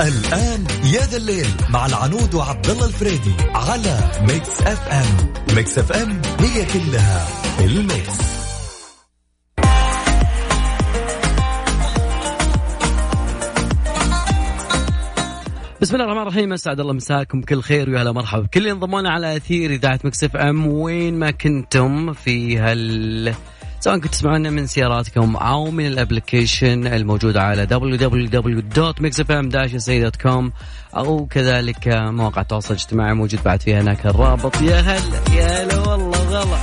الآن يا ذا الليل مع العنود وعبد الله الفريدي على ميكس اف ام. ميكس اف ام هي كلها الميكس. بسم الله الرحمن الرحيم. اسعد الله مساكم كل خير ويا هلا مرحبا بكل ينضمون على اثير اذاعه ميكس اف ام وين ما كنتم في سواء كنتوا تسمعونا من سياراتكم او من الابلكيشن الموجود على www.mixfm-sa.com او كذلك مواقع التواصل الاجتماعي موجود بعد فيها هناك الرابط. يا هلا والله غلط.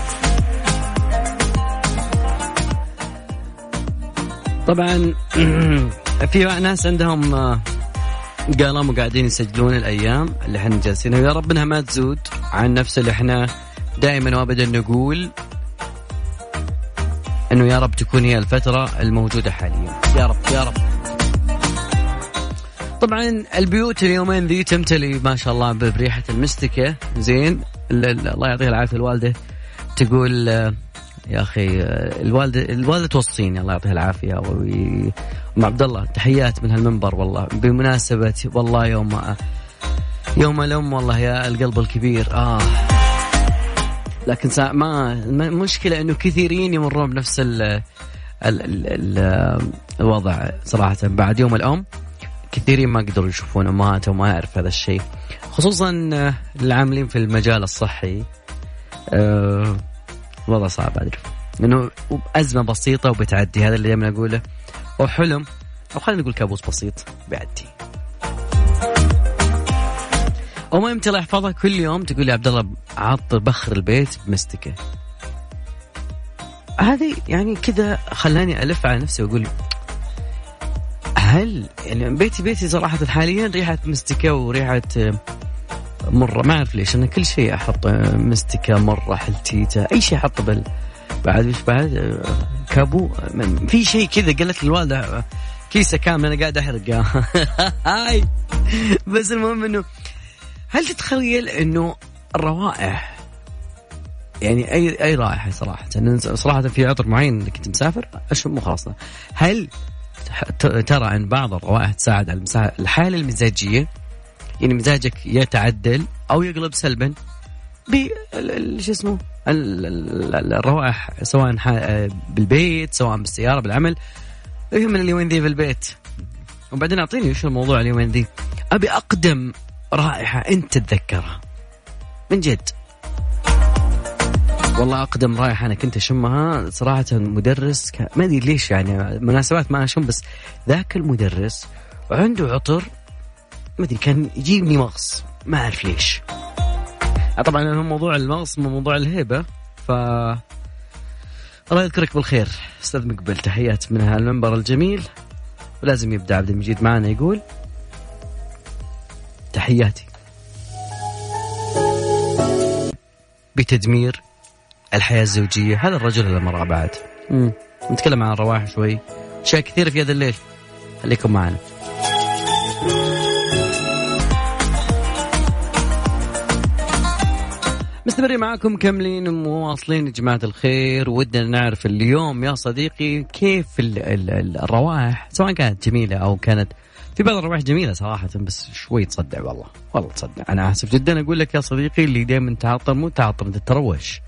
طبعا في ناس عندهم قالوا قاعدين يسجلون الأيام اللي احنا جالسينها. يا رب انها ما تزود عن نفس اللي احنا دائما وابدا نقول انه يا رب تكون هي الفترة الموجودة حاليا. يا رب يا رب. طبعا البيوت اليومين ذي تمتلي ما شاء الله بريحة المستكة. زين الله يعطيها العافية. الوالدة تقول يا أخي الوالدة توصيني الله يعطيها العافية أم عبد الله تحيات من هالمنبر والله بمناسبة والله يوم الأم والله يا القلب الكبير. لكن ما مشكلة إنه كثيرين يمرون بنفس الوضع صراحة بعد يوم الأم. كثيرين ما قدروا يشوفون أمهاتهم وما يعرف هذا الشيء، خصوصا العاملين في المجال الصحي. وضع صعب أعرف إنه أزمة بسيطة وبتعدي. هذا اللي دائما أقوله، وحلم أو خلينا نقول كابوس بسيط بيعدي. أو ما يمتى الله يحفظها كل يوم تقول لي عبد الله عط بخر البيت بمستكة. هذه يعني كذا خلاني ألف على نفسي وأقول هل يعني بيتي صراحة حاليا ريحة مستكة وريحة مرة. ما أعرف ليش أنا كل شيء أحط مستكة مرة حلتيته أي شيء أحطه بعد كابو في شيء كذا. قالت الوالدة كيسة كاملة أنا قاعد أحرق هاي. بس المهم إنه هل تتخيل إنه الروائح يعني أي رائحة صراحة في عطر معين إذا كنت مسافر أشم خلاص. هل ترى أن بعض الروائح تساعد على الحالة المزاجية؟ يعني مزاجك يتعدل أو يقلب سلبا الروائح سواء بالبيت سواء بالسيارة بالعمل. من اليومين ذي في البيت. وبعدين أعطيني وش الموضوع اليومين ذي. أبي أقدم رائحة أنت تتذكرها من جد. والله أقدم رائحة أنا كنت أشمها صراحة مدرس ما أدري ليش يعني مناسبات ما أشم، بس ذاك المدرس عنده عطر ما أدري كان يجيبني مغص ما أعرف ليش. طبعا موضوع المغص من موضوع الهيبة. الله يذكرك بالخير أستاذ مقبل. تحيات من هالمنبر الجميل. ولازم يبدأ عبد المجيد معنا يقول تحياتي بتدمير الحياة الزوجية. هذا الرجل ولا المرأة بعد نتكلم عن الروائح شوي أشياء كثيرة في هذا الليل. خليكم معنا. مستمرين معاكم كاملين مواصلين يا جماعة الخير. ودنا نعرف اليوم يا صديقي كيف الروائح سواء كانت جميلة أو كانت في بعض الروائح جميلة صراحة بس شوي تصدع. والله تصدع. أنا آسف جدا أقول لك يا صديقي اللي دائما تعطر مو تعطر أنت تروش.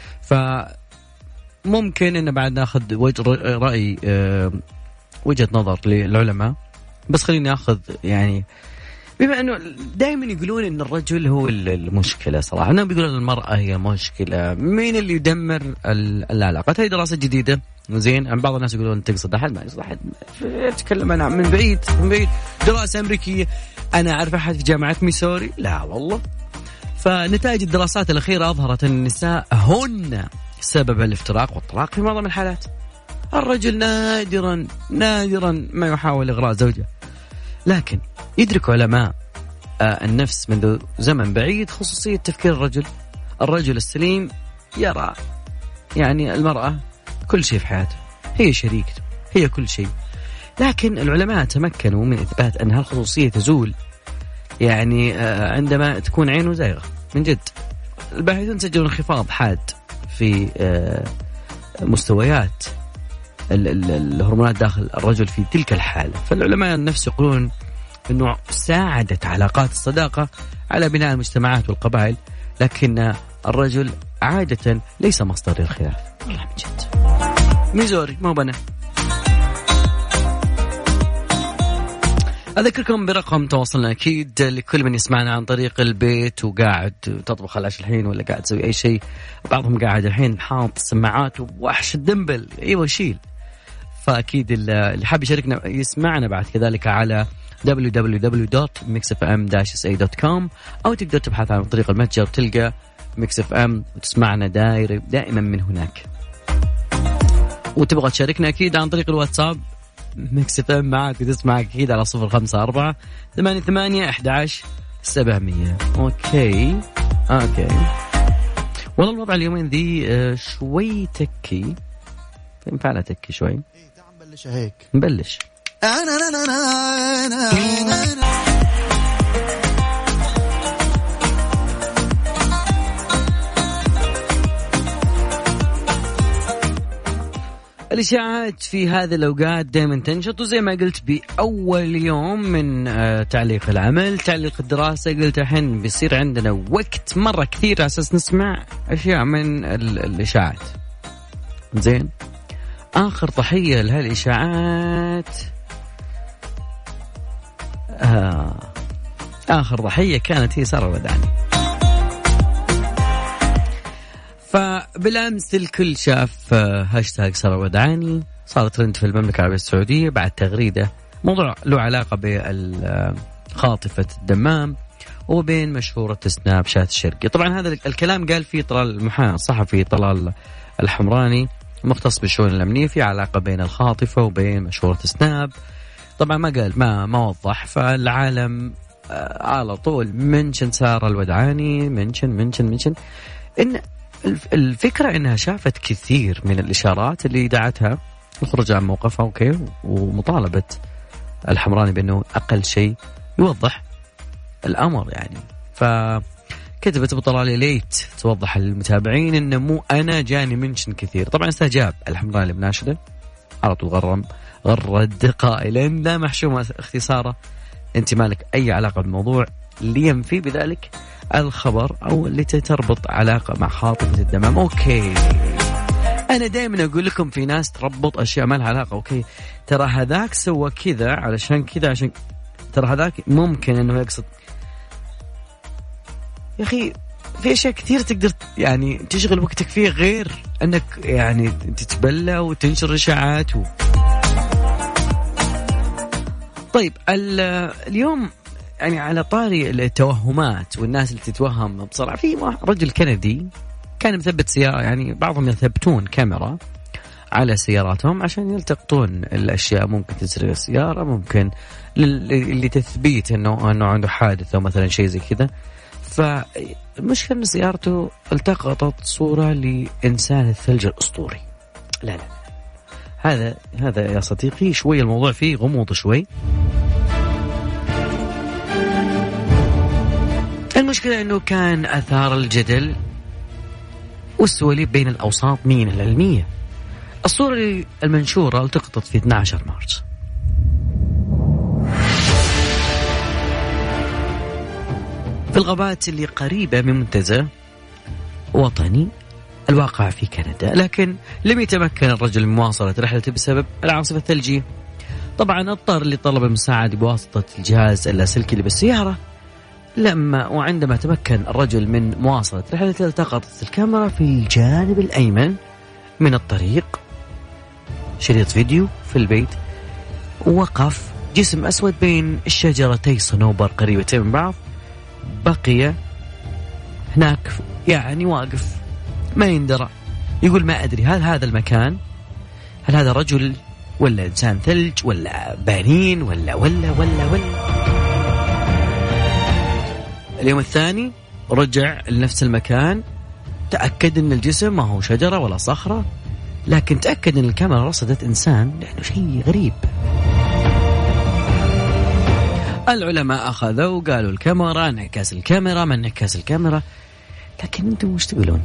فممكن إن بعد ناخذ رأي وجهة نظر للعلماء. بس خليني أخذ يعني بما أنه دائما يقولون إن الرجل هو المشكلة صراحة. أنا بيقولون المرأة هي مشكلة. مين اللي يدمر العلاقات؟ هذه دراسة جديدة. زين عن بعض الناس يقولون تقصد أحد ما يقصد أحد. أتكلم أنا من بعيد دراسة أمريكية. أنا أعرف أحد في جامعة ميسوري؟ لا والله. فنتائج الدراسات الأخيرة أظهرت أن النساء هن سبب الافتراق والطلاق في معظم الحالات. الرجل نادرا ما يحاول إغراء زوجه. لكن يدرك علماء النفس منذ زمن بعيد خصوصية تفكير الرجل السليم يرى يعني المرأة كل شيء في حياته، هي شريكته، هي كل شيء. لكن العلماء تمكنوا من إثبات أن هالخصوصية تزول يعني عندما تكون عينه زائغة من جد. الباحثون سجلوا انخفاض حاد في مستويات الهرمونات داخل الرجل في تلك الحالة. فالعلماء النفس يقولون أنه ساعدت علاقات الصداقة على بناء المجتمعات والقبائل، لكن الرجل عادة ليس مصدر الخلاف. والله من جد ميزوري مو بنا. أذكركم برقم تواصلنا أكيد لكل من يسمعنا عن طريق البيت وقاعد تطبخ العشاء الحين ولا قاعد تسوي أي شيء. بعضهم قاعد الحين حاط السماعات ووحش الدنبل أيوة شيل. فأكيد اللي حاب يشاركنا يسمعنا بعد كذلك على www.mixfm-sa.com أو تقدر تبحث عن طريق المتجر تلقى ميكس اف ام وتسمعنا دائما من هناك. وتبغى تشاركنا أكيد عن طريق الواتساب ميكس اف ام معك وتسمعك أكيد على 054-88-11-700. أوكي والله الوضع اليومين ذي شوي تكي، ينفعنا تكي شوي. تعال نبلش هيك نبلش. الإشاعات في هذه الأوقات دائما تنشط، وزي ما قلت بأول يوم من تعليق العمل تعليق الدراسة قلت الحين بيصير عندنا وقت مرة كثير على أساس نسمع أشياء من الإشاعات. زين، آخر ضحية لهالإشاعات آخر ضحية كانت هي سارة الوداني. فبالأمس الكل شاف هاشتاج سارة الوداني، صارت ترند في المملكة العربية السعودية بعد تغريدة موضوع له علاقة بالخاطفة الدمام وبين مشهورة سناب شات الشرقي. طبعا هذا الكلام قال فيه طلال المحامي الصحفي طلال الحمراني مختص بالشؤون الأمنية في علاقة بين الخاطفة وبين مشهورة سناب. طبعا ما قال ما وضح، فالعالم على طول منشن سارة الوداني منشن إن الفكرة إنها شافت كثير من الإشارات اللي دعتها تخرج عن موقفها. أوكي، ومطالبة الحمراني بأنه أقل شيء يوضح الأمر يعني. فكتبت بطلالي ليت توضح للمتابعين إنه مو أنا جاني منشن كثير. طبعا استجاب الحمراني بناشده على طول غرد قائلا لا محشومة اختصاره أنت مالك أي علاقة بالموضوع، لينفي بذلك الخبر أو اللي تربط علاقة مع خاطفة الدمام. أوكي، أنا دائما أقول لكم في ناس تربط أشياء ما لها علاقة. أوكي، ترى هذاك سوى كذا علشان كذا، عشان ترى هذاك ممكن أنه يقصد. يا أخي في أشياء كثير تقدر يعني تشغل وقتك فيه غير أنك يعني تتبلى وتنشر إشاعات طيب اليوم يعني على طاري التوهمات والناس اللي تتوهم بصراحة، في رجل كندي كان مثبت سيارة، يعني بعضهم يثبتون كاميرا على سياراتهم عشان يلتقطون الأشياء، ممكن تسرق السيارة، ممكن اللي تثبيت إنه عنده حادث أو مثلا شيء زي كذا. فالمشكلة إن سيارته التقطت صورة لإنسان الثلج الأسطوري. لا هذا يا صديقي شوي الموضوع فيه غموض شوي. المشكلة أنه كان أثار الجدل والسواليف بين الأوساط مين العلمية. الصورة المنشورة التقطت في 12 مارس في الغابات اللي قريبة من منتزه وطني الواقع في كندا، لكن لم يتمكن الرجل من مواصلة رحلته بسبب العاصفة الثلجية. طبعا اضطر لطلب المساعدة بواسطة الجهاز اللاسلكي اللي بالسيارة. وعندما تمكن الرجل من مواصلة رحلته التقطت الكاميرا في الجانب الأيمن من الطريق شريط فيديو في البيت، ووقف جسم أسود بين الشجرتي صنوبر قريبتين من بعض، بقي هناك يعني واقف ما يندرى. يقول ما أدري هل هذا المكان، هل هذا رجل ولا إنسان ثلج ولا بانين ولا. اليوم الثاني رجع لنفس المكان، تأكد أن الجسم ما هو شجرة ولا صخرة، لكن تأكد أن الكاميرا رصدت إنسان، لأنه شيء غريب. العلماء أخذوا وقالوا الكاميرا انعكاس الكاميرا ما انعكاس الكاميرا، لكن أنتم وش تقولون؟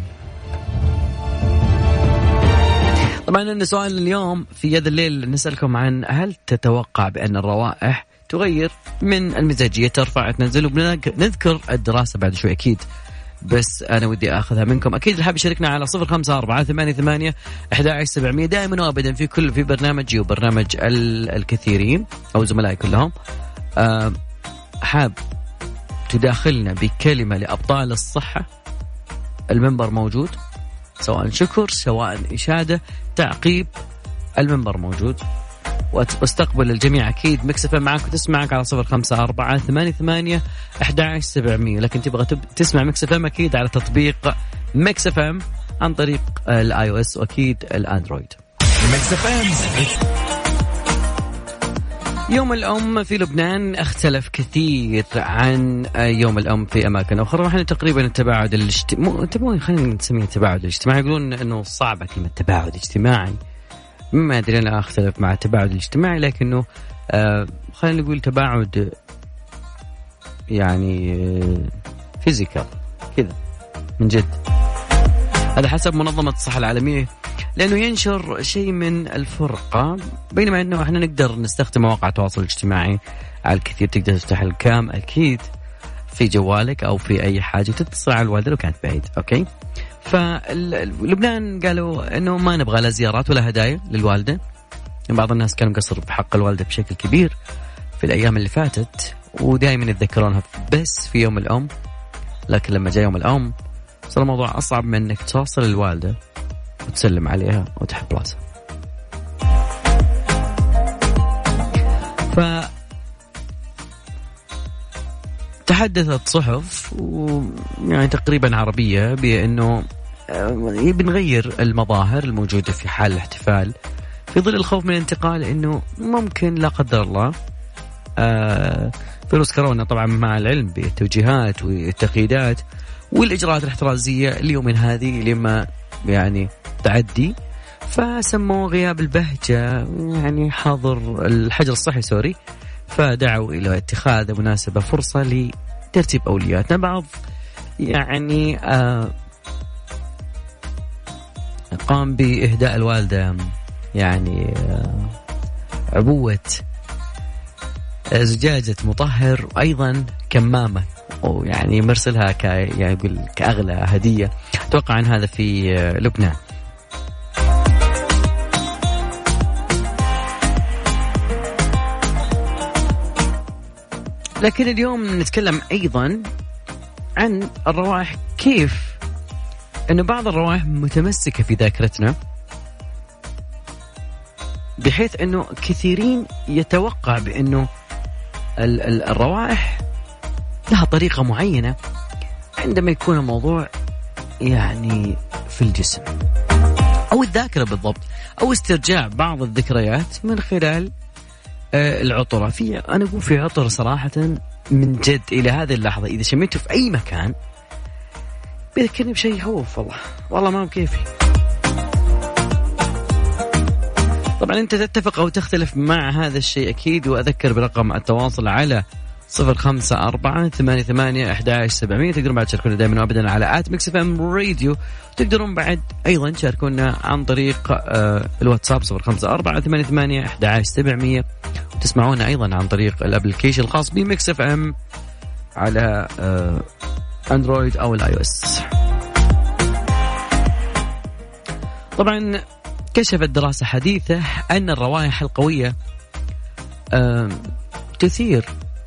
طبعا أن سؤال اليوم في يد الليل نسألكم عن هل تتوقع بأن الروائح تغير من المزاجية، ترفع تنزل. وبنذكر الدراسة بعد شوي أكيد، بس أنا ودي أخذها منكم. أكيد اللي حاب يشاركنا على 0548811700 دائما وأبدا في برنامجي وبرنامج الكثيرين أو زملائي كلهم. حاب تداخلنا بكلمة لأبطال الصحة، المنبر موجود، سواء شكر سواء إشادة تعقيب، المنبر موجود. واستقبل الجميع أكيد. ميكس اف ام معك وتسمعك على 0548811700. لكن تبغى تسمع ميكس اف ام أكيد على تطبيق ميكس اف ام عن طريق الاي او اس وأكيد الأندرويد. ميكس اف ام. يوم الأم في لبنان اختلف كثير عن يوم الأم في أماكن أخرى. وإحنا تقريبا التباعد الاجتماعي، خلينا نسميه التباعد الاجتماعي، يقولون إنه صعبة كلمة تباعد اجتماعي. ما أدري أنا أختلف مع التباعد الاجتماعي، لكنه خلينا نقول تباعد يعني فيزيكال كذا من جد. هذا حسب منظمة الصحة العالمية، لأنه ينشر شيء من الفرقة، بينما أنه إحنا نقدر نستخدم مواقع التواصل الاجتماعي على الكثير. تقدر تفتح الكام أكيد في جوالك أو في أي حاجة وتتصل على الوالدة لو كانت بعيد. أوكي، فلبنان قالوا أنه ما نبغى لا زيارات ولا هدايا للوالدة. بعض الناس كانوا مقصر بحق الوالدة بشكل كبير في الأيام اللي فاتت، ودائما يتذكرونها بس في يوم الأم. لكن لما جاء يوم الأم صار الموضوع أصعب من أنك توصل للوالدة وتسلم عليها وتحب راسها. فتحدثت صحف يعني تقريبا عربية بأنه بنغير المظاهر الموجودة في حال الاحتفال في ظل الخوف من الانتقال، أنه ممكن لا قدر الله فيروس كورونا، طبعا مع العلم بالتوجيهات والتقييدات والإجراءات الاحترازية اليوم هذه لما يعني تعدي. فسموا غياب البهجة يعني حاضر الحجر الصحي سوري، فدعوا إلى اتخاذ مناسبة فرصة لترتيب أولوياتنا. بعض يعني قام بإهداء الوالدة يعني عبوة زجاجة مطهر وأيضا كمامة، ويعني مرسلها يعني يقول كأغلى هدية. أتوقع عن هذا في لبنان. لكن اليوم نتكلم أيضا عن الروائح، كيف أنه بعض الروائح متمسكة في ذاكرتنا بحيث أنه كثيرين يتوقع بأنه الروائح لها طريقة معينة عندما يكون الموضوع يعني في الجسم أو الذاكرة بالضبط، أو استرجاع بعض الذكريات من خلال العطرة. أنا أقول في عطر صراحة من جد إلى هذه اللحظة إذا شميته في أي مكان بيذكرني بشيء خوف، والله ما هو كيفي. طبعا أنت تتفق أو تختلف مع هذا الشيء أكيد، وأذكر برقم التواصل على 0548811700. تقدرون بعد تشاركونا دائما وابدا على @mixfmradio. تقدرون بعد ايضا تشاركونا عن طريق الواتساب 0548811700، وتسمعونا ايضا عن طريق الابلكيشن الخاص بميكس اف ام على اندرويد او الاي او اس. طبعا كشفت دراسة حديثة ان الروائح القوية تثير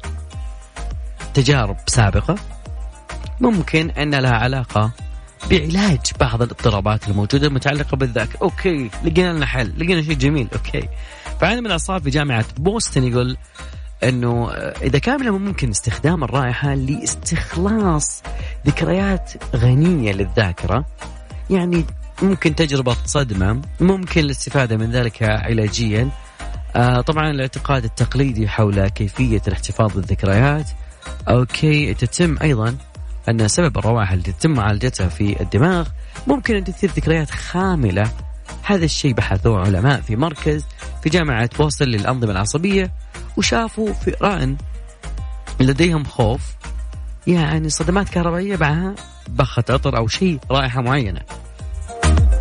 تجارب سابقة ممكن أن لها علاقة بعلاج بعض الاضطرابات الموجودة المتعلقة بالذاكرة. أوكي، لقينا لنا حل، لقينا شيء جميل. أوكي، فعالم الأعصاب في جامعة بوسطن يقول أنه إذا كان ممكن استخدام الرائحة لاستخلاص ذكريات غنية للذاكرة، يعني ممكن تجربة صدمة، ممكن الاستفادة من ذلك علاجيا. طبعا الاعتقاد التقليدي حول كيفية الاحتفاظ بالذكريات أوكي تتم أيضا أن سبب الروائح اللي تتم معالجتها في الدماغ ممكن أن تثير ذكريات خاملة. هذا الشيء بحثوه علماء في مركز في جامعة بوسطن للأنظمة العصبية، وشافوا فئران لديهم خوف يعني صدمات كهربائية معها بخة عطر أو شيء رائحة معينة.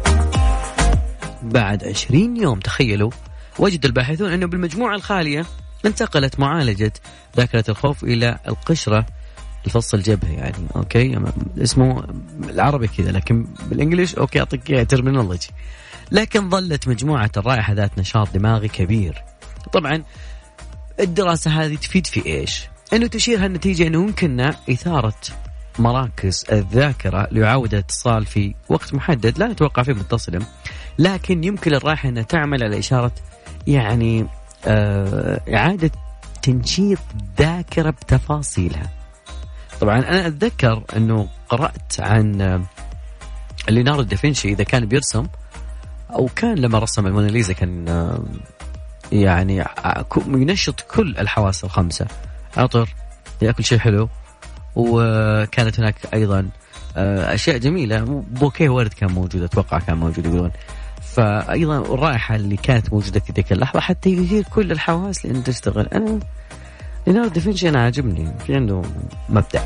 بعد 20 يوم تخيلوا وجد الباحثون أنه بالمجموعة الخالية انتقلت معالجة ذاكرة الخوف إلى القشرة الفص الجبهة يعني. أوكي اسمه العربي كذا، لكن بالإنجليش أوكي أعطيك ترمينولوجي. لكن ظلت مجموعة الرائحة ذات نشاط دماغي كبير. طبعا الدراسة هذه تفيد في إيش؟ أنه تشير هالنتيجة أنه يمكننا إثارة مراكز الذاكرة ليعاود الاتصال في وقت محدد لا نتوقع فيه متصلا، لكن يمكن الرائحة أنها تعمل على إشارة يعني إعادة تنشيط ذاكرة بتفاصيلها. طبعا أنا أتذكر أنه قرأت عن ليوناردو دافنشي إذا كان بيرسم أو كان لما رسم الموناليزا كان يعني ينشط كل الحواس الخمسة، عطر، يأكل شيء حلو، وكانت هناك أيضا أشياء جميلة، بوكيه ورد كان موجود أتوقع كان موجود يقولون، فأيضا الرائحة اللي كانت موجودة في ذيك اللحظة حتى يثير كل الحواس لأن تشتغل. أنا ليوناردو دافنشي أنا عاجبني، في عنده مبدأ.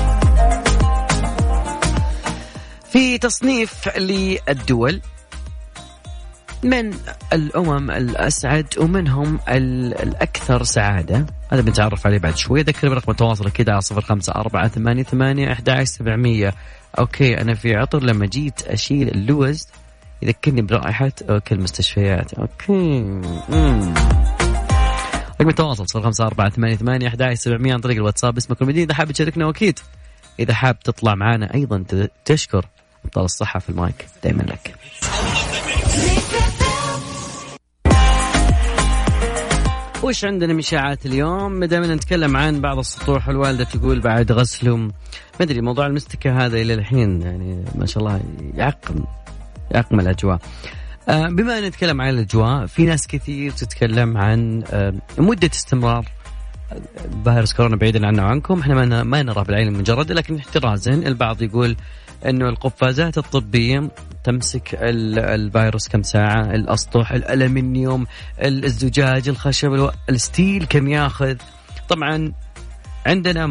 في تصنيف للدول من الأمم الأسعد ومنهم الأكثر سعادة، هذا بنتعرف عليه بعد شوي. ذكر برقم التواصل كده على 0548811700. أوكي أنا في عطر لما جيت أشيل اللوز يذكرني برائحة أوكي المستشفيات. أوكي رقم التواصل 0548811700 عن طريق الواتساب. اسمك والمدينة إذا حاب تشاركنا، وأكيد إذا حاب تطلع معنا أيضا تشكر أبطال الصحة في المايك دائما لك. وش عندنا من إشاعات اليوم؟ دائما نتكلم عن بعض السطوح، الوالدة تقول بعد غسلهم، ما أدري موضوع المستكة هذا إلى الحين يعني ما شاء الله يعقم الأجواء. بما أن نتكلم عن الأجواء، في ناس كثير تتكلم عن مدة استمرار فيروس كورونا بعيدا عنا وعنكم. احنا ما نرى بالعين المجردة، لكن احترازا البعض يقول انه القفازات الطبية تمسك الفيروس كم ساعة، الأسطح، الألمنيوم، الزجاج، الخشب، الستيل كم ياخذ. طبعا عندنا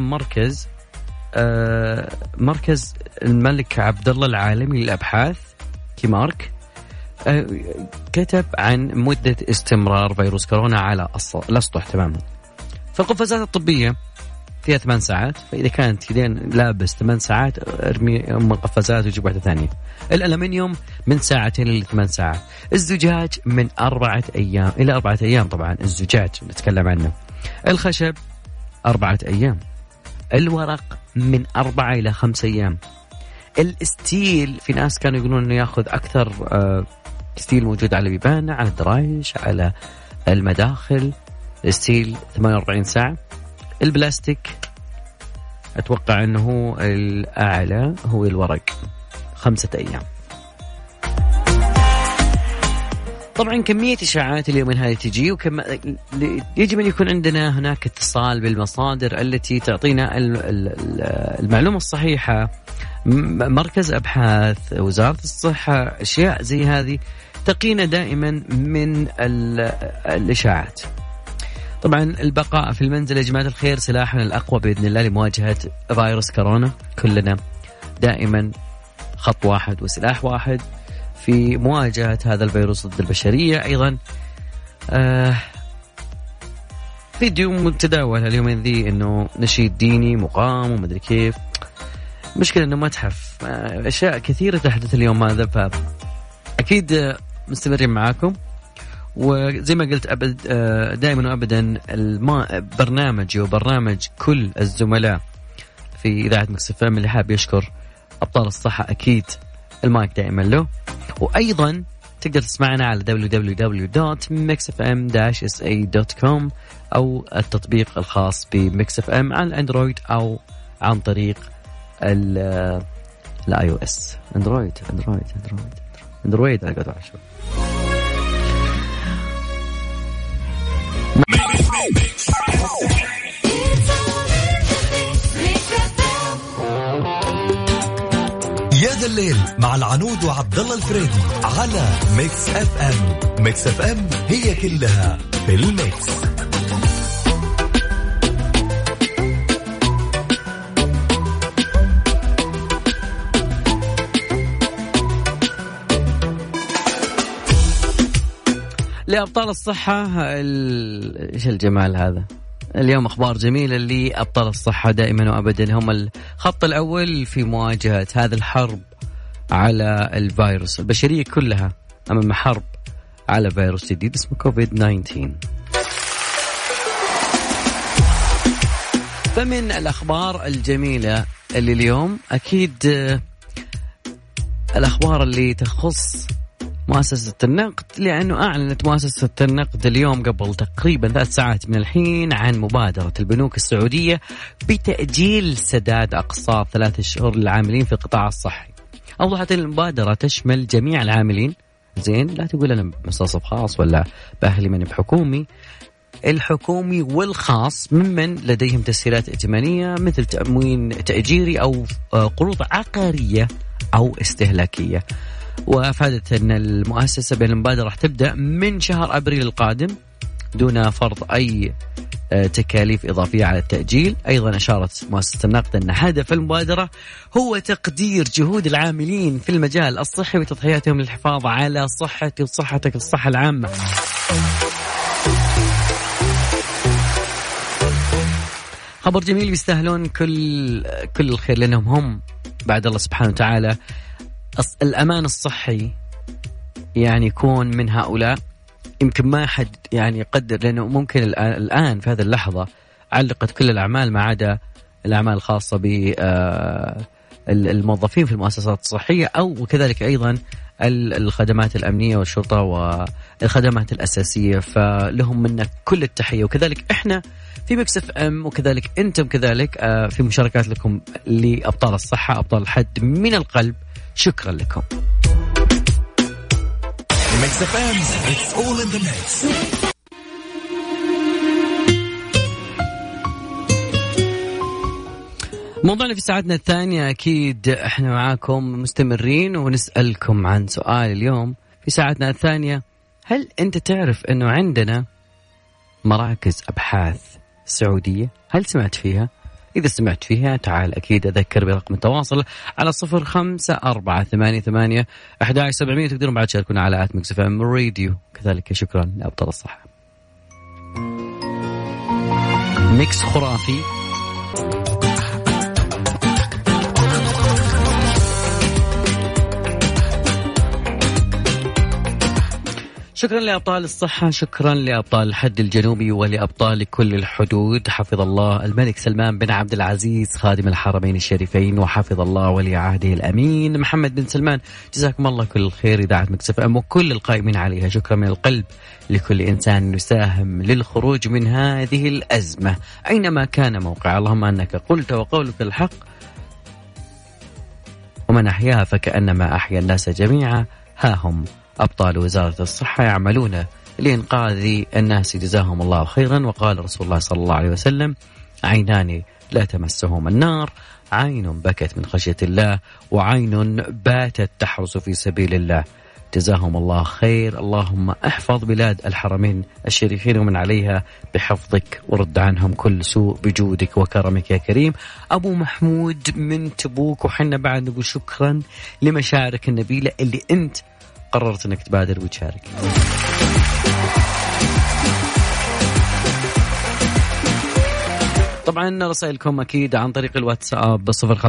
مركز الملك عبد الله العالمي للأبحاث كيمارك كتب عن مدة استمرار فيروس كورونا على الأسطح تماما. فالقفازات الطبية فيها 8 ساعات، فإذا كانت يدين لابس 8 ساعات ارمي القفازات وجيب واحدة ثانية. الألمنيوم من 2 إلى 8 ساعات. الزجاج من 4 أيام إلى 4 أيام، طبعا الزجاج نتكلم عنه. الخشب 4 أيام. الورق من 4 إلى 5 أيام. الستيل في ناس كانوا يقولون أنه يأخذ أكثر، ستيل موجود على بيبانة، على الدرايش، على المداخل، الستيل 48 ساعة. البلاستيك أتوقع أنه الأعلى هو الورق 5 أيام. طبعا كمية إشاعات اليوم من هذه تجي، يجب أن يكون عندنا هناك اتصال بالمصادر التي تعطينا المعلومة الصحيحة. مركز أبحاث، وزارة الصحة، أشياء زي هذه تقينا دائما من الإشاعات. طبعا البقاء في المنزل يا جماعة الخير سلاحنا الأقوى بإذن الله لمواجهة فيروس كورونا. كلنا دائما خط واحد وسلاح واحد في مواجهة هذا الفيروس ضد البشرية. أيضا فيديو متداول اليومين ذي إنه نشيد ديني مقام ومدري كيف، مشكلة إنه متحف، أشياء كثيرة تحدث اليوم هذا، فأكيد مستمرين معاكم. وزي ما قلت دائما وأبدا برنامجي وبرنامج كل الزملاء في إذاعة مكس اف ام اللي حاب يشكر أبطال الصحة أكيد المايك دائما له. وأيضا تقدر تسمعنا على www.mixfm-sa.com أو التطبيق الخاص بمكس اف ام على الأندرويد أو عن طريق الاي او اس. اندرويد أقدر أشوف. يا ذا الليل مع العنود وعبد الله الفريدي على ميكس اف ام. ميكس اف ام هي كلها في الميكس. لأبطال الصحة إيش الجمال هذا. اليوم أخبار جميلة لأبطال الصحة دائما وأبدا، هم الخط الأول في مواجهة هذه الحرب على الفيروس. البشرية كلها أمام حرب على فيروس جديد اسمه كوفيد-19. فمن الأخبار الجميلة اللي اليوم أكيد الأخبار اللي تخص مؤسسة النقد، لأنه أعلنت مؤسسة النقد اليوم قبل تقريبا 3 ساعات من الحين عن مبادرة البنوك السعودية بتأجيل سداد أقساط 3 شهور للعاملين في القطاع الصحي. أوضحت المبادرة تشمل جميع العاملين، زين لا تقول أنا مستصف خاص ولا بأهلي من بحكومي، الحكومي والخاص ممن لديهم تسهيلات ائتمانية مثل تأمين تأجيري أو قروض عقارية أو استهلاكية. وأفادت أن المؤسسة بأن المبادرة راح تبدأ من شهر أبريل القادم دون فرض أي تكاليف إضافية على التأجيل. أيضا أشارت مؤسسة النقد أن هدف المبادرة هو تقدير جهود العاملين في المجال الصحي وتضحياتهم للحفاظ على صحتي وصحتك الصحة العامة. خبر جميل، بيستاهلون كل الخير، لأنهم هم بعد الله سبحانه وتعالى الأمان الصحي يعني يكون من هؤلاء. يمكن ما حد يعني يقدر، لأنه ممكن الآن في هذه اللحظة علقت كل الأعمال ما عدا الأعمال الخاصة بالموظفين في المؤسسات الصحية، أو كذلك أيضا الخدمات الأمنية والشرطة والخدمات الأساسية، فلهم منا كل التحية. وكذلك إحنا في ميكس اف ام وكذلك أنتم كذلك في مشاركات لكم لأبطال الصحة أبطال الحد من القلب، شكرا لكم. Mix FM, it's all in the mix. موضوعنا في ساعتنا الثانية أكيد إحنا معاكم مستمرين ونسألكم عن سؤال اليوم في ساعتنا الثانية. هل أنت تعرف أنه عندنا مراكز أبحاث سعودية؟ هل سمعت فيها؟ إذا سمعت فيها تعال أكيد أذكر برقم التواصل على 0548811700. تقدرون بعد تشاركونا على @mixfm راديو. كذلك شكرا لأبطال الصحة. ميكس خرافي شكرا لأبطال الصحة، شكرا لأبطال الحد الجنوبي ولأبطال كل الحدود. حفظ الله الملك سلمان بن عبد العزيز خادم الحرمين الشريفين، وحفظ الله ولي عهده الأمين محمد بن سلمان. جزاكم الله كل الخير إذاعة ميكس اف ام وكل القائمين عليها. شكرا من القلب لكل إنسان يساهم للخروج من هذه الأزمة أينما كان موقع. اللهم أنك قلت وقولك الحق، ومن أحياها فكأنما أحيا الناس جميعا. ها هم أبطال وزارة الصحة يعملون لإنقاذ الناس جزاهم الله خيرا. وقال رسول الله صلى الله عليه وسلم: عينان لا تمسهم النار، عين بكت من خشية الله وعين باتت تحرس في سبيل الله. جزاهم الله خير. اللهم احفظ بلاد الحرمين الشريفين ومن عليها بحفظك، ورد عنهم كل سوء بجودك وكرمك يا كريم. أبو محمود من تبوك، وحنا بعد نقول شكرا لمشاعرك النبيلة اللي أنت قررت أنك تبادر وتشارك. طبعا رسائلكم أكيد عن طريق الواتساب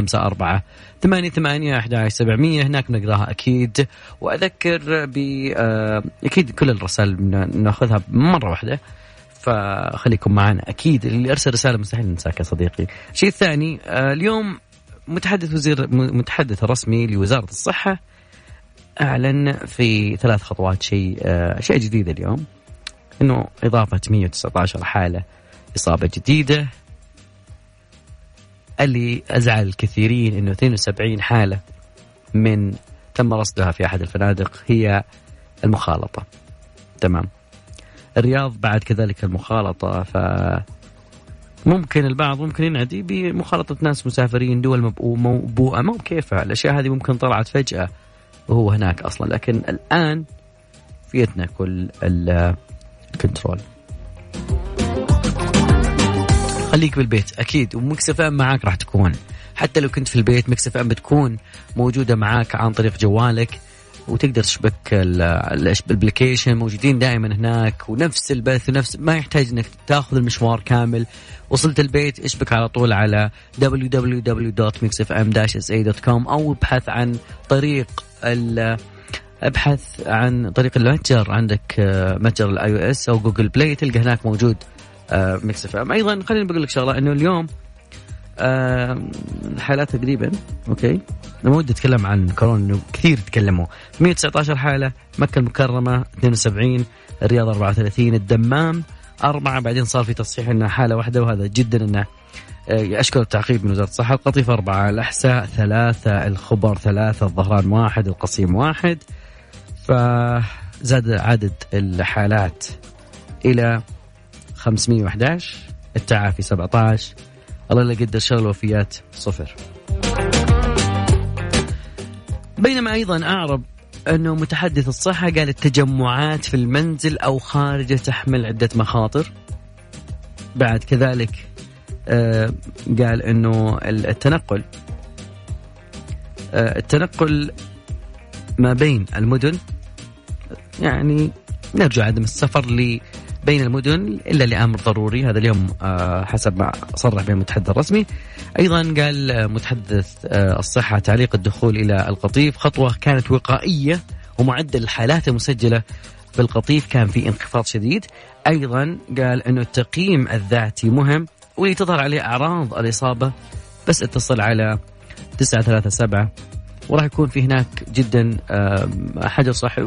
0548811700. هناك نقراها أكيد، وأذكر أكيد كل الرسائل نأخذها مرة واحدة، فخليكم معنا. أكيد اللي أرسل رسالة مستحيل ننساك يا صديقي. الشيء الثاني، اليوم متحدث الرسمي لوزارة الصحة أعلن في 3 خطوات شيء جديد اليوم، إنه إضافة 119 حالة إصابة جديدة. اللي أزعل الكثيرين إنه 72 حالة من تم رصدها في أحد الفنادق هي المخالطة. تمام. الرياض بعد كذلك المخالطة، فممكن البعض ممكن ينعدي بمخالطة ناس مسافرين دول موبوءة، مو كيف الأشياء هذه ممكن طلعت فجأة وهو هناك أصلا، لكن الآن فيتنا كل الكنترول. خليك بالبيت أكيد، وميكس اف ام معاك راح تكون، حتى لو كنت في البيت ميكس اف ام بتكون موجودة معاك عن طريق جوالك. وتقدر تشبك الابلكيشن، موجودين دائما هناك، ونفس البث ونفس، ما يحتاج انك تاخذ المشوار كامل. وصلت البيت اشبك على طول على www.mixfm-sa.com أو ابحث عن طريق المتجر، عندك متجر الاي او اس او جوجل بلاي، تلقى هناك موجود ميكس اف ام. ايضا خليني بقول لك شغله، انه اليوم الحالات تقريبا اوكي، لما ودي اتكلم عن كورونا انه كثير تكلموا. 119 حاله، مكه المكرمه 72، الرياض 34، الدمام 4، بعدين صار في تصحيح انها حاله واحده، وهذا جدا انه اشكر التعقيب من وزاره الصحه. القطيف 4، الاحساء 3، الخبر 3، الظهران 1، القصيم 1، فزاد عدد الحالات إلى 511، التعافي 17، الله لا يقدر شر، الوفيات 0. بينما أيضا أعرب أنه متحدث الصحة قال التجمعات في المنزل أو خارجه تحمل عدة مخاطر. بعد كذلك قال أنه التنقل ما بين المدن، يعني نرجو عدم السفر بين المدن إلا لأمر ضروري، هذا اليوم حسب ما صرح به المتحدث الرسمي. أيضا قال متحدث الصحة تعليق الدخول إلى القطيف خطوة كانت وقائية، ومعدل الحالات المسجلة في القطيف كان في انخفاض شديد. أيضا قال أنه التقييم الذاتي مهم، واللي تظهر عليه أعراض الإصابة بس اتصل على 937، وراح يكون في هناك جدا حجر صحي.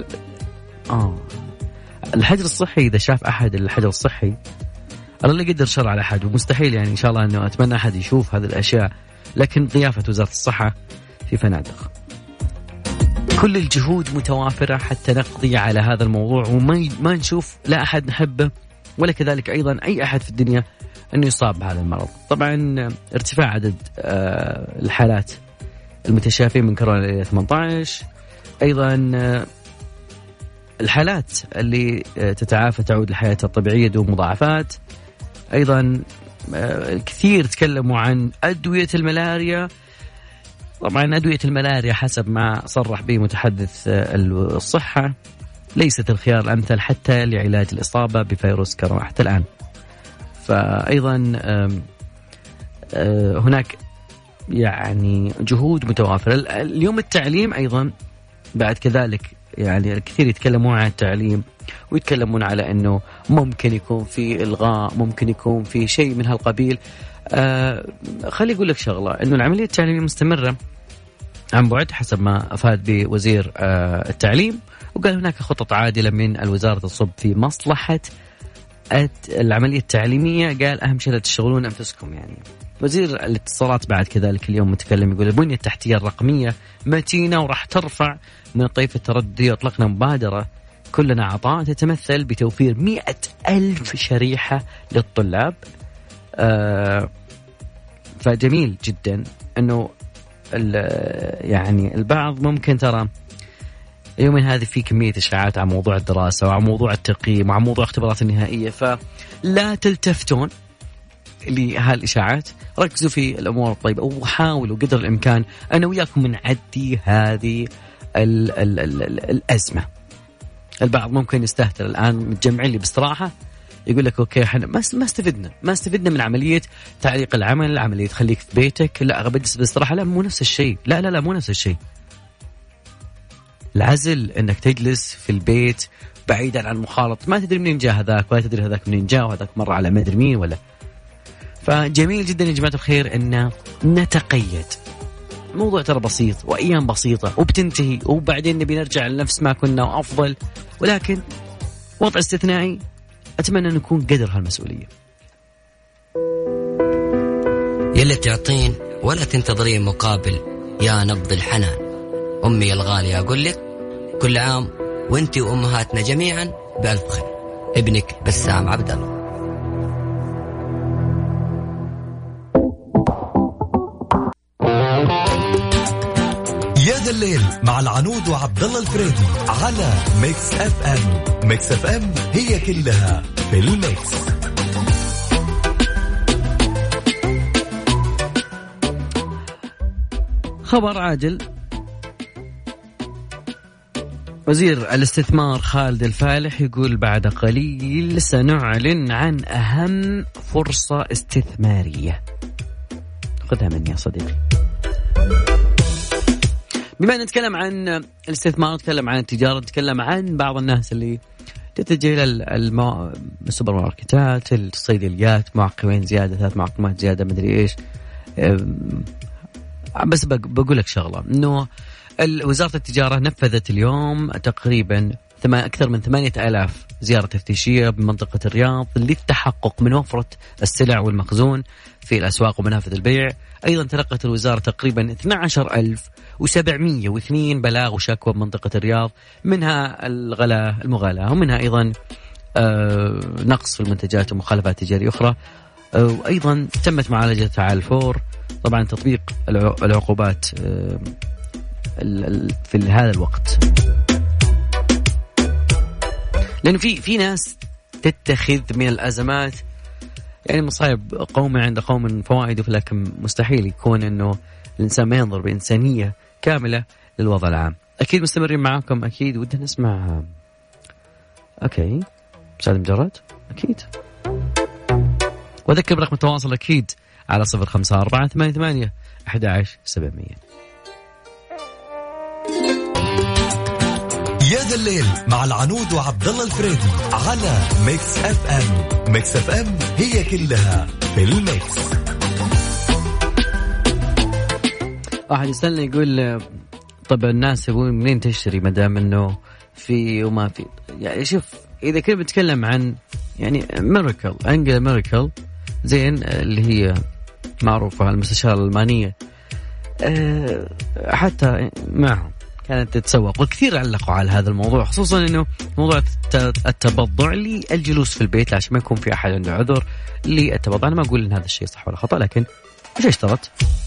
الحجر الصحي إذا شاف أحد الحجر الصحي الله اللي يقدر شر على أحد، ومستحيل يعني إن شاء الله أنه أتمنى أحد يشوف هذه الأشياء، لكن ضيافة وزارة الصحة في فنادق. كل الجهود متوافرة حتى نقضي على هذا الموضوع، وما نشوف لا أحد نحبه ولا كذلك أيضا أي أحد في الدنيا أنه يصاب بهذا المرض. طبعا ارتفاع عدد الحالات المتشافين من كورونا إلى 18، أيضا الحالات اللي تتعافى تعود لحياتها الطبيعية دون مضاعفات. أيضا كثير تكلموا عن أدوية الملاريا. طبعا أدوية الملاريا حسب ما صرح به متحدث الصحة ليست الخيار الأمثل حتى لعلاج الإصابة بفيروس كورونا حتى الآن. فأيضا هناك يعني جهود متوافرة. اليوم التعليم أيضا بعد كذلك، يعني الكثير يتكلمون عن التعليم ويتكلمون على أنه ممكن يكون في إلغاء، ممكن يكون في شيء من هالقبيل. خلي أقول لك شغلة، أنه العملية التعليمية مستمرة عن بعد حسب ما أفاد بوزير التعليم، وقال هناك خطط عادلة من الوزارة تصب في مصلحة العملية التعليمية. قال أهم شيء لا تشغلون أنفسكم. يعني وزير الاتصالات بعد كذلك اليوم متكلم يقول البنية التحتية الرقمية متينة وراح ترفع من الطيف الترددي. أطلقنا مبادرة كلنا عطاء تتمثل بتوفير 100,000 شريحة للطلاب. فجميل جدا أنه يعني البعض ممكن ترى يومين هذه في كمية إشاعات عن موضوع الدراسة وعن موضوع التقييم وعن موضوع اختبارات النهائية، فلا تلتفتون لهالإشاعات، ركزوا في الأمور الطيبة وحاولوا قدر الإمكان أنا وياكم نعدي هذه الأزمة. البعض ممكن يستهتر الآن متجمعين لي باستراحة يقول لك أوكي احنا ما استفدنا من عملية تعليق العمل، عملية خليك في بيتك، لا بجلس باستراحة، لا مو نفس الشيء، لا مو نفس الشيء. العزل انك تجلس في البيت بعيدا عن المخالطة، ما تدري منين جاء هذاك ولا تدري هذاك منين جاء وهذاك مر على ما ادري مين ولا. فجميل جدا يا جماعة الخير ان نتقيد. موضوع ترى بسيط وايام بسيطة وبتنتهي، وبعدين نبي نرجع لنفس ما كنا وافضل، ولكن وضع استثنائي اتمنى ان نكون قدر هالمسؤولية. يلي تعطين ولا تنتظرين مقابل يا نبض الحنان. أمي الغالية أقول لك كل عام وانتي وأمهاتنا جميعا بألف خير. ابنك بسام عبد الله. يا ذا الليل مع العنود وعبد الله الفريدي على ميكس اف ام. ميكس اف ام هي كلها في الميكس. خبر عاجل وزير الاستثمار خالد الفالح يقول بعد قليل سنعلن عن أهم فرصة استثمارية. خذها مني يا صديقي. بما نتكلم عن الاستثمار، نتكلم عن التجارة، نتكلم عن بعض الناس اللي تتجه إلى السوبر ماركتات، الصيدليات، معقمين زيادة، 3 معقمات زيادة، مدري إيش. بس بقول لك شغلة، إنه وزارة التجارة نفذت اليوم تقريبا أكثر من 8000 زيارة تفتيشية بمنطقة الرياض للتحقق من وفرة السلع والمخزون في الأسواق ومنافذ البيع. أيضا تلقت الوزارة تقريبا 12702 بلاغ وشكوى بمنطقة الرياض، منها المغالاة، ومنها أيضا نقص في المنتجات ومخالفات تجارية أخرى. وأيضا تمت معالجتها على الفور. طبعا تطبيق العقوبات في هذا الوقت، لأنه في ناس تتخذ من الأزمات يعني مصايب قوم عند قوم فوائد، لكن مستحيل يكون إنه الإنسان ما ينظر بإنسانية كاملة للوضع العام. أكيد مستمرين معاكم، أكيد ودنا نسمع. أوكي سعد مجرد أكيد، وأذكر برقم التواصل أكيد على 0548811700. يا ذا الليل مع العنود وعبد الله الفريدي على ميكس اف ام. ميكس اف ام هي كلها في الميكس. واحد يسألني يقول طب الناس يقولون منين تشتري ما دام انه في وما في؟ يعني شوف، اذا كنا بنتكلم عن يعني ميراكل، انجلا ميراكل زين اللي هي معروفة المستشارة الألمانية، حتى معهم كانت تتسوق، وكثير علقوا على هذا الموضوع، خصوصا انه موضوع التبضع للجلوس في البيت عشان ما يكون في احد عنده عذر للتبضع. انا ما اقول ان هذا الشيء صح ولا خطأ، لكن ايش اشترت؟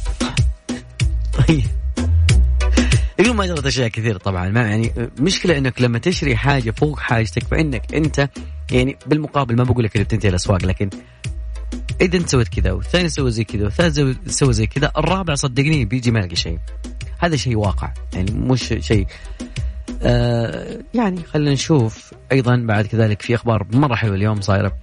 يقولون ما اشترت اشياء كثير. طبعا ما يعني مشكلة انك لما تشتري حاجة فوق حاجتك فانك انت يعني بالمقابل، ما بقول لك انك تنتهي الاسواق، لكن اذا انت سويت كذا والثاني سوى زي كذا والثالث سوى زي كذا، الرابع صدقني بيجي ما يلقى شيء. هذا شيء واقع يعني، مش شيء يعني. خلينا نشوف أيضا بعد كذلك في أخبار مرة حلوة اليوم صايرة.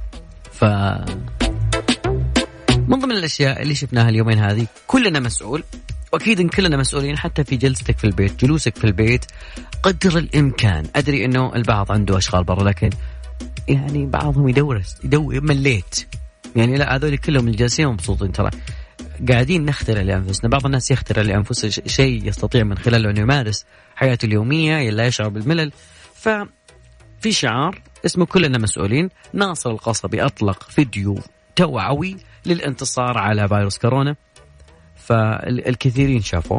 من ضمن الأشياء اللي شفناها اليومين هذه، كلنا مسؤول، وأكيد إن كلنا مسؤولين حتى في جلستك في البيت، جلوسك في البيت قدر الإمكان. أدري إنه البعض عنده أشغال برا، لكن يعني بعضهم يدور مليت يعني. لا، هذول كلهم الجالسين مبسوطين، ترى قاعدين نخترع لأنفسنا. بعض الناس يخترع لأنفسه شيء يستطيع من خلاله أن يمارس حياته اليومية يلا يشعر بالملل. ففي شعار اسمه كلنا مسؤولين. ناصر القصبي أطلق فيديو توعوي للانتصار على فيروس كورونا، فالكثيرين شافوه.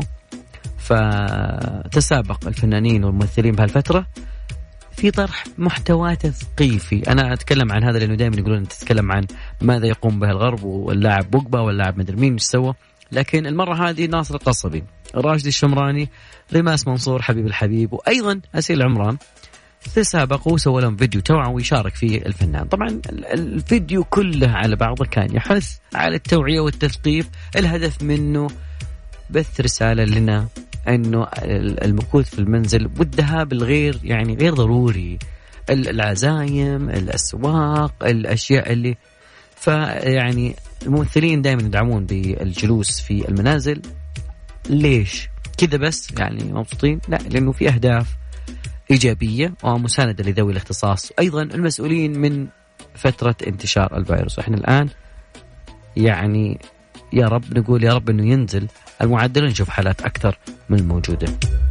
فتسابق الفنانين والممثلين بهالفترة في طرح محتوى تثقيفي. أنا أتكلم عن هذا لأنه دائما يقولون أنت تتكلم عن ماذا يقوم به الغرب واللاعب بوجبا واللاعب مدري مين مش سوى، لكن المرة هذه ناصر القصبي، راشد الشمراني، ريماس منصور، حبيب الحبيب، وأيضا أسيل عمران تسابقوا وسووا لهم فيديو توعوي يشارك فيه الفنان. طبعا الفيديو كله على بعضه كان يحث على التوعية والتثقيف. الهدف منه بث رسالة لنا أنه المكوث في المنزل والذهاب الغير يعني غير ضروري، العزايم، الأسواق، الأشياء اللي فيعني الممثلين دائما يدعمون بالجلوس في المنازل. ليش كذا بس يعني مبسوطين؟ لا، لأنه في أهداف إيجابية ومساندة لذوي الاختصاص، أيضا المسؤولين من فترة انتشار الفيروس. وإحنا الآن يعني يا رب نقول يا رب أنه ينزل المعدل ونشوف حالات أكثر من الموجودة.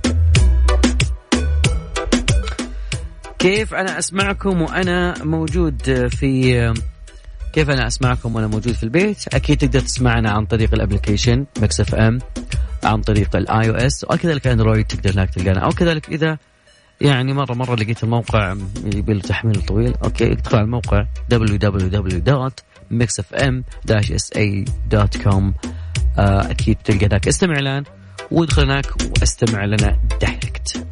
كيف أنا أسمعكم وأنا موجود في البيت؟ أكيد تقدر تسمعنا عن طريق الابليكيشن ميكس اف ام، عن طريق الاي او اس، وكذلك اندرويد تقدر هناك تلقانا، أو كذلك إذا يعني مرة لقيت الموقع يبي له تحميل طويل، أوكي ادخل على الموقع www.mixfm-sa.com. أكيد تلقى ذاك استمع الآن، وادخل هناك واستمع لنا دايركت.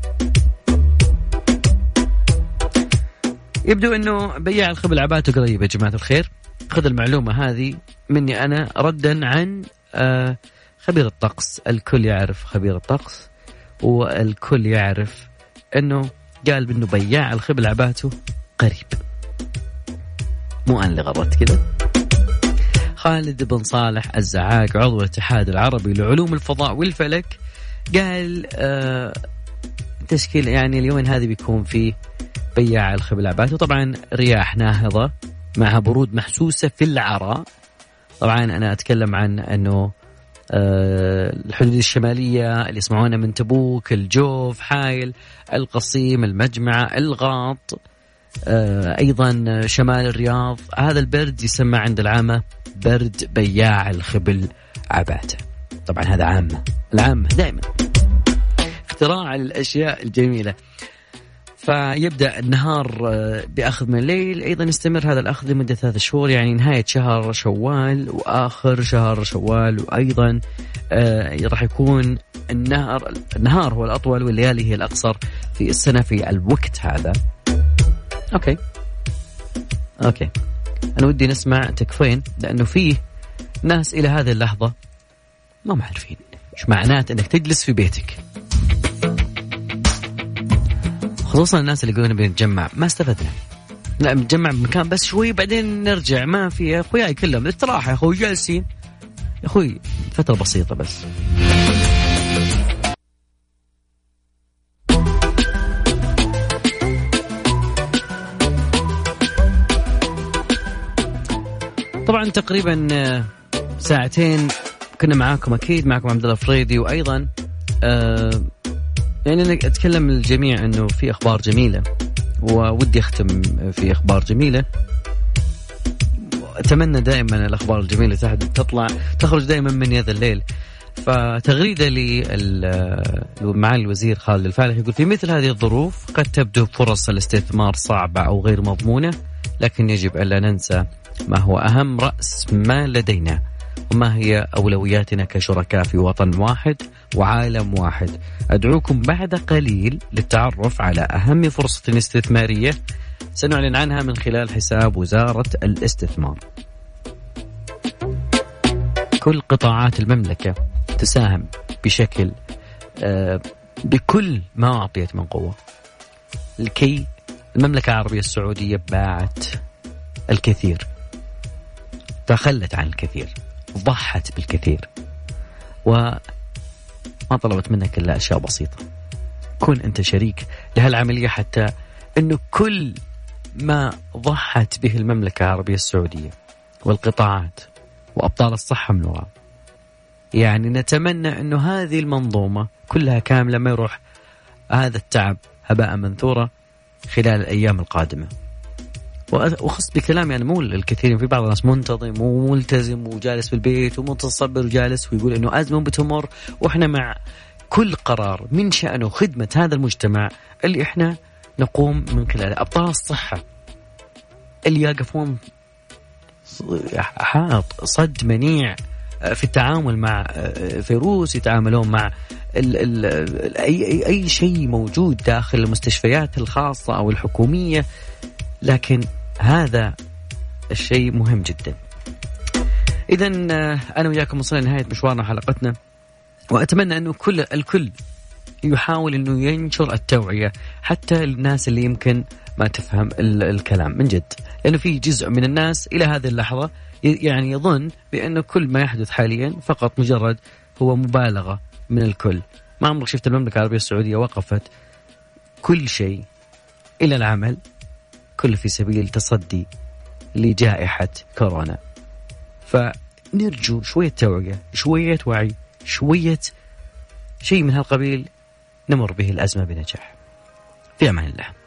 يبدو أنه بياع الخبز عباته قريب يا جماعة الخير. خذ المعلومة هذه مني أنا ردا عن خبير الطقس. الكل يعرف خبير الطقس، والكل يعرف أنه قال بأنه بياع الخبل عباته قريب. مو أنا اللي غلطت كذا. خالد بن صالح الزعاق عضو الاتحاد العربي لعلوم الفضاء والفلك قال تشكيل يعني اليومين هذه بيكون في بياع الخبل عباته. طبعا رياح ناهضة معها برود محسوسة في العراء. طبعا أنا أتكلم عن أنه الحدود الشمالية اللي يسمعونها من تبوك، الجوف، حايل، القصيم، المجمعة، الغاط، أيضا شمال الرياض. هذا البرد يسمى عند العامة برد بياع الخبل عباته. طبعا هذا عامة، العامة دائما اختراع الأشياء الجميلة. فيبدأ النهار بأخذ من الليل، أيضا يستمر هذا الأخذ لمدة 3 شهور، يعني نهاية شهر شوال وآخر شهر شوال. وأيضا راح يكون النهار هو الأطول والليالي هي الأقصر في السنة في الوقت هذا. أوكي أنا ودي نسمع تكفين، لأنه فيه ناس إلى هذه اللحظة ما معرفين إيش معنات أنك تجلس في بيتك، خصوصا الناس اللي يقولون بنتجمع. ما استفدنا، لا بنتجمع بمكان بس شوي بعدين نرجع. ما في يا أخوياي كلهم استراحة يا أخوي، جالسين يا أخوي فترة بسيطة بس. طبعا تقريبا ساعتين كنا معاكم، أكيد معكم عبد الله الفريدي. وأيضا يعني أنا أتكلم للجميع أنه في أخبار جميلة، وودي أختم في أخبار جميلة. أتمنى دائما الأخبار الجميلة تخرج دائما من هذا الليل. فتغريدة معالي الوزير خالد الفالح يقول: في مثل هذه الظروف قد تبدو فرص الاستثمار صعبة أو غير مضمونة، لكن يجب ألا ننسى ما هو أهم رأس ما لدينا، وما هي أولوياتنا كشركاء في وطن واحد وعالم واحد. أدعوكم بعد قليل للتعرف على أهم فرصة استثمارية سنعلن عنها من خلال حساب وزارة الاستثمار. كل قطاعات المملكة تساهم بشكل بكل ما أعطيت من قوة لكي المملكة العربية السعودية باعت الكثير، تخلت عن الكثير، ضحت بالكثير، وما طلبت منك إلا أشياء بسيطة. كن أنت شريك لهالعملية، حتى أنه كل ما ضحت به المملكة العربية السعودية والقطاعات وأبطال الصحة من وراء، يعني نتمنى أنه هذه المنظومة كلها كاملة ما يروح هذا التعب هباء منثورا خلال الأيام القادمة. وخص بكلامي أنا مو الكثيرين، في بعض الناس منتظم وملتزم وجالس في البيت ومتصبر وجالس ويقول إنه أزمة بتمر، وإحنا مع كل قرار من شأنه خدمة هذا المجتمع اللي إحنا نقوم من خلاله. أبطال الصحة اللي يقفون حاط صد منيع في التعامل مع فيروس، يتعاملون مع أي شيء موجود داخل المستشفيات الخاصة أو الحكومية، لكن هذا الشيء مهم جدا. إذن أنا وياكم وصلنا لنهاية مشوارنا حلقتنا، وأتمنى أنه الكل يحاول أنه ينشر التوعية حتى الناس اللي يمكن ما تفهم الكلام من جد، لأنه في جزء من الناس إلى هذه اللحظة يعني يظن بأنه كل ما يحدث حاليا فقط مجرد هو مبالغة من الكل. ما عمرك شفت المملكة العربية السعودية وقفت كل شيء إلى العمل كله في سبيل تصدي لجائحة كورونا. فنرجو شوية توعية، شوية وعي، شوية شيء من هالقبيل، نمر به الأزمة بنجاح. في أمان الله.